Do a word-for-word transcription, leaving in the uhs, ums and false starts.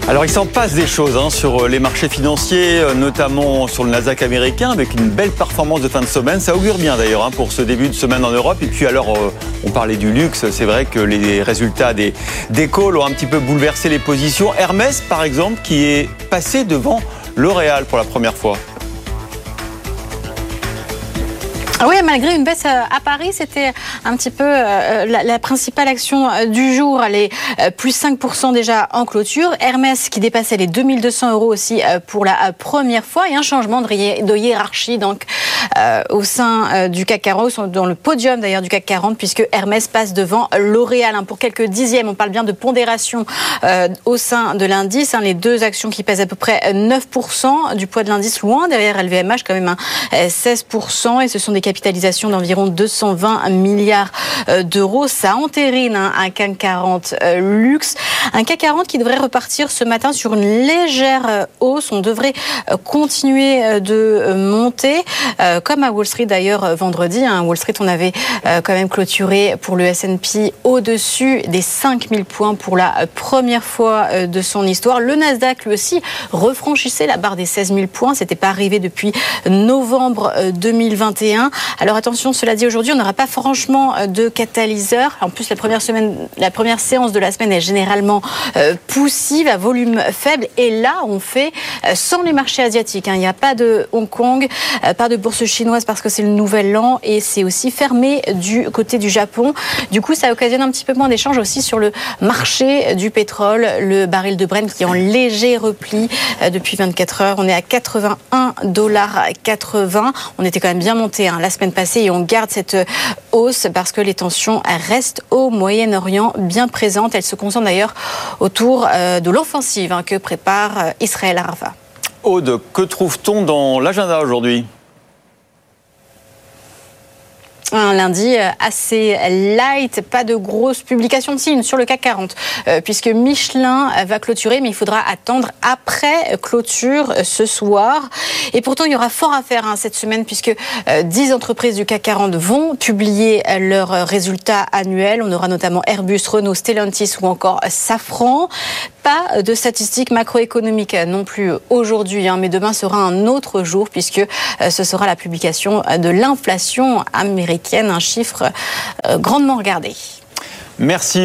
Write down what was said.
Alors il s'en passe des choses hein, sur les marchés financiers, notamment sur le Nasdaq américain, avec une belle performance de fin de semaine. Ça augure bien d'ailleurs hein, pour ce début de semaine en Europe. Et puis alors, euh, on parlait du luxe, c'est vrai que les résultats des, des calls ont un petit peu bouleversé les positions. Hermès par exemple, qui est passé devant L'Oréal pour la première fois. Oui, malgré une baisse à Paris, c'était un petit peu euh, la, la principale action du jour. Elle est euh, plus cinq pour cent déjà en clôture. Hermès qui dépassait les deux mille deux cents euros aussi euh, pour la euh, première fois. Et un changement de, de hiérarchie donc, euh, au sein euh, du C A C quarante, dans le podium d'ailleurs du C A C quarante, puisque Hermès passe devant L'Oréal hein, pour quelques dixièmes. On parle bien de pondération euh, au sein de l'indice. Hein, les deux actions qui pèsent à peu près neuf pour cent du poids de l'indice, loin derrière L V M H quand même hein, seize pour cent. Et ce sont des capitalisation d'environ deux cent vingt milliards d'euros. Ça entérine hein, un C A C quarante euh, luxe. Un C A C quarante qui devrait repartir ce matin sur une légère euh, hausse. On devrait euh, continuer euh, de euh, monter, euh, comme à Wall Street d'ailleurs euh, vendredi. Hein. Wall Street, on avait euh, quand même clôturé pour le S and P au-dessus des cinq mille points pour la euh, première fois euh, de son histoire. Le Nasdaq, lui aussi, refranchissait la barre des seize mille points. C'était pas arrivé depuis novembre euh, deux mille vingt et un. Alors attention, cela dit, aujourd'hui, on n'aura pas franchement de catalyseur. En plus, la première semaine, la première séance de la semaine est généralement euh, poussive, à volume faible. Et là, on fait euh, sans les marchés asiatiques. Hein. Il n'y a pas de Hong Kong, euh, pas de bourse chinoise parce que c'est le nouvel an et c'est aussi fermé du côté du Japon. Du coup, ça occasionne un petit peu moins d'échanges aussi sur le marché du pétrole. Le baril de Brent qui est en léger repli euh, depuis vingt-quatre heures. On est à quatre-vingt-un dollars quatre-vingts. On était quand même bien monté hein, la semaine passée et on garde cette hausse parce que les tensions restent au Moyen-Orient bien présentes. Elles se concentrent d'ailleurs autour euh, de l'offensive hein, que prépare euh, Israël à Rafah. Aude, que trouve-t-on dans l'agenda aujourd'hui ? Un lundi assez light, pas de grosses publications de signes sur le C A C quarante, euh, puisque Michelin va clôturer, mais il faudra attendre après clôture ce soir. Et pourtant, il y aura fort à faire hein, cette semaine, puisque euh, dix entreprises du C A C quarante vont publier leurs résultats annuels. On aura notamment Airbus, Renault, Stellantis ou encore Safran. Pas de statistiques macroéconomiques non plus aujourd'hui, hein, mais demain sera un autre jour, puisque euh, ce sera la publication de l'inflation américaine, un chiffre euh, grandement regardé. Merci.